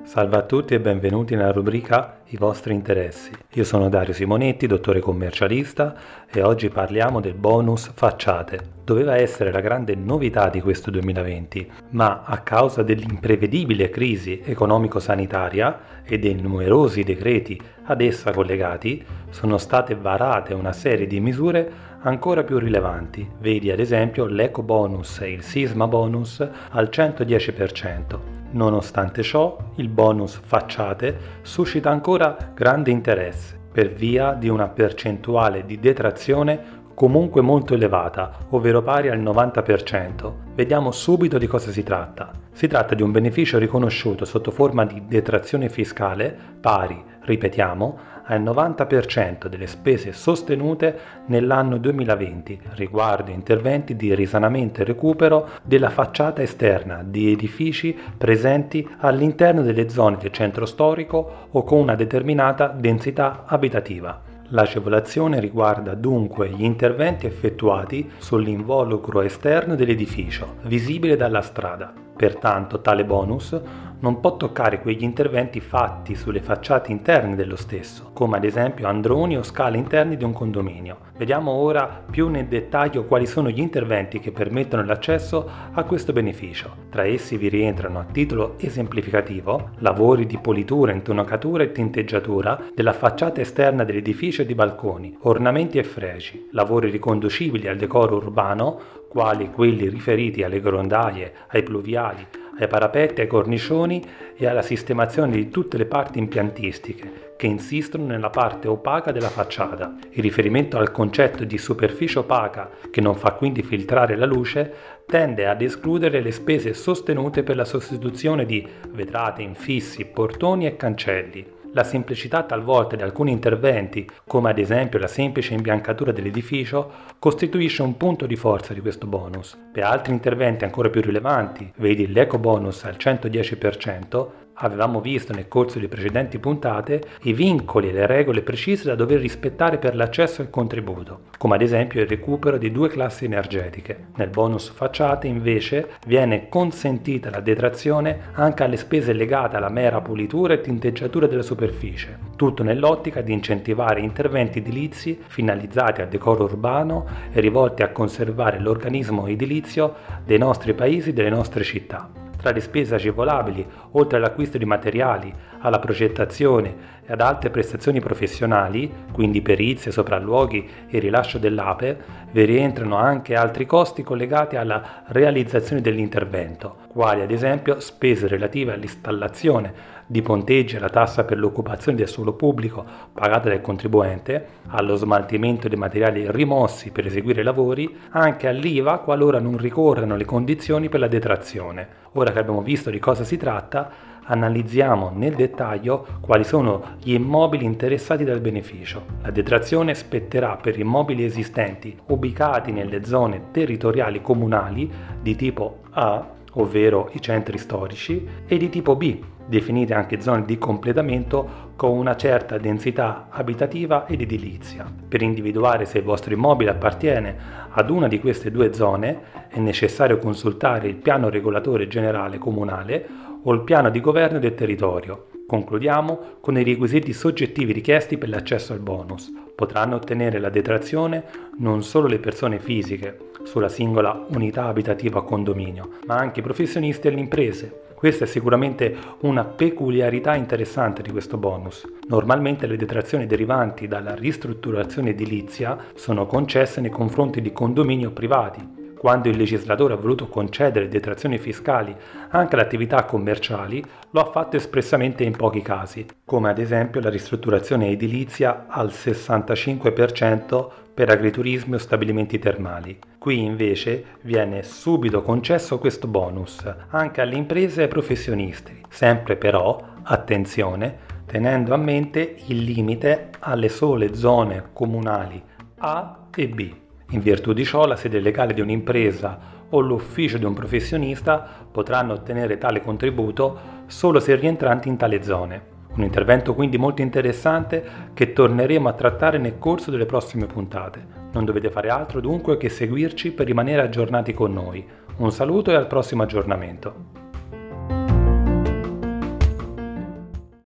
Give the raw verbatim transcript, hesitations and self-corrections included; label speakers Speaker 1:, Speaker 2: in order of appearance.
Speaker 1: Salve a tutti e benvenuti nella rubrica I vostri interessi. Io sono Dario Simonetti, dottore commercialista, e oggi parliamo del bonus facciate. Doveva essere la grande novità di questo duemilaventi, ma a causa dell'imprevedibile crisi economico-sanitaria e dei numerosi decreti ad essa collegati, sono state varate una serie di misure ancora più rilevanti. Vedi ad esempio l'eco bonus e il sisma bonus al centodieci per cento. Nonostante ciò, il bonus facciate suscita ancora grande interesse per via di una percentuale di detrazione comunque molto elevata, ovvero pari al novanta per cento. Vediamo subito di cosa si tratta. Si tratta di un beneficio riconosciuto sotto forma di detrazione fiscale pari, ripetiamo, al novanta per cento delle spese sostenute nell'anno duemilaventi riguardo interventi di risanamento e recupero della facciata esterna di edifici presenti all'interno delle zone del centro storico o con una determinata densità abitativa. L'agevolazione riguarda dunque gli interventi effettuati sull'involucro esterno dell'edificio, visibile dalla strada. Pertanto tale bonus non può toccare quegli interventi fatti sulle facciate interne dello stesso, come ad esempio androni o scale interni di un condominio. Vediamo ora più nel dettaglio quali sono gli interventi che permettono l'accesso a questo beneficio. Tra essi vi rientrano, a titolo esemplificativo, lavori di politura, intonacatura e tinteggiatura della facciata esterna dell'edificio e di balconi, ornamenti e fregi, lavori riconducibili al decoro urbano, quali quelli riferiti alle grondaie, ai pluviali, ai parapetti, ai cornicioni e alla sistemazione di tutte le parti impiantistiche che insistono nella parte opaca della facciata. Il riferimento al concetto di superficie opaca, che non fa quindi filtrare la luce, tende ad escludere le spese sostenute per la sostituzione di vetrate, infissi, portoni e cancelli. La semplicità talvolta di alcuni interventi, come ad esempio la semplice imbiancatura dell'edificio, costituisce un punto di forza di questo bonus. Per altri interventi ancora più rilevanti, vedi l'eco bonus al centodieci per cento, avevamo visto nel corso di precedenti puntate i vincoli e le regole precise da dover rispettare per l'accesso al contributo, come ad esempio il recupero di due classi energetiche. Nel bonus facciate invece viene consentita la detrazione anche alle spese legate alla mera pulitura e tinteggiatura della superficie, tutto nell'ottica di incentivare interventi edilizi finalizzati al decoro urbano e rivolti a conservare l'organismo edilizio dei nostri paesi e delle nostre città. Tra le spese agevolabili, oltre all'acquisto di materiali, alla progettazione e ad altre prestazioni professionali, quindi perizie, sopralluoghi e rilascio dell'A P E, vi rientrano anche altri costi collegati alla realizzazione dell'intervento, quali ad esempio spese relative all'installazione di ponteggi alla tassa per l'occupazione del suolo pubblico pagata dal contribuente, allo smaltimento dei materiali rimossi per eseguire i lavori, anche all'I V A qualora non ricorrano le condizioni per la detrazione. Ora che abbiamo visto di cosa si tratta, analizziamo nel dettaglio quali sono gli immobili interessati dal beneficio. La detrazione spetterà per immobili esistenti ubicati nelle zone territoriali comunali di tipo A, ovvero i centri storici, e di tipo B, definite anche zone di completamento con una certa densità abitativa ed edilizia. Per individuare se il vostro immobile appartiene ad una di queste due zone è necessario consultare il piano regolatore generale comunale o il piano di governo del territorio. Concludiamo con i requisiti soggettivi richiesti per l'accesso al bonus. Potranno ottenere la detrazione non solo le persone fisiche sulla singola unità abitativa a condominio, ma anche i professionisti e le imprese. Questa è sicuramente una peculiarità interessante di questo bonus. Normalmente le detrazioni derivanti dalla ristrutturazione edilizia sono concesse nei confronti di condomini o privati. Quando il legislatore ha voluto concedere detrazioni fiscali anche alle attività commerciali, lo ha fatto espressamente in pochi casi, come ad esempio la ristrutturazione edilizia al sessantacinque per cento per agriturismi o stabilimenti termali. Qui invece viene subito concesso questo bonus anche alle imprese e ai professionisti, sempre però, attenzione, tenendo a mente il limite alle sole zone comunali A e B. In virtù di ciò, la sede legale di un'impresa o l'ufficio di un professionista potranno ottenere tale contributo solo se rientranti in tale zone. Un intervento quindi molto interessante che torneremo a trattare nel corso delle prossime puntate. Non dovete fare altro dunque che seguirci per rimanere aggiornati con noi. Un saluto e al prossimo aggiornamento.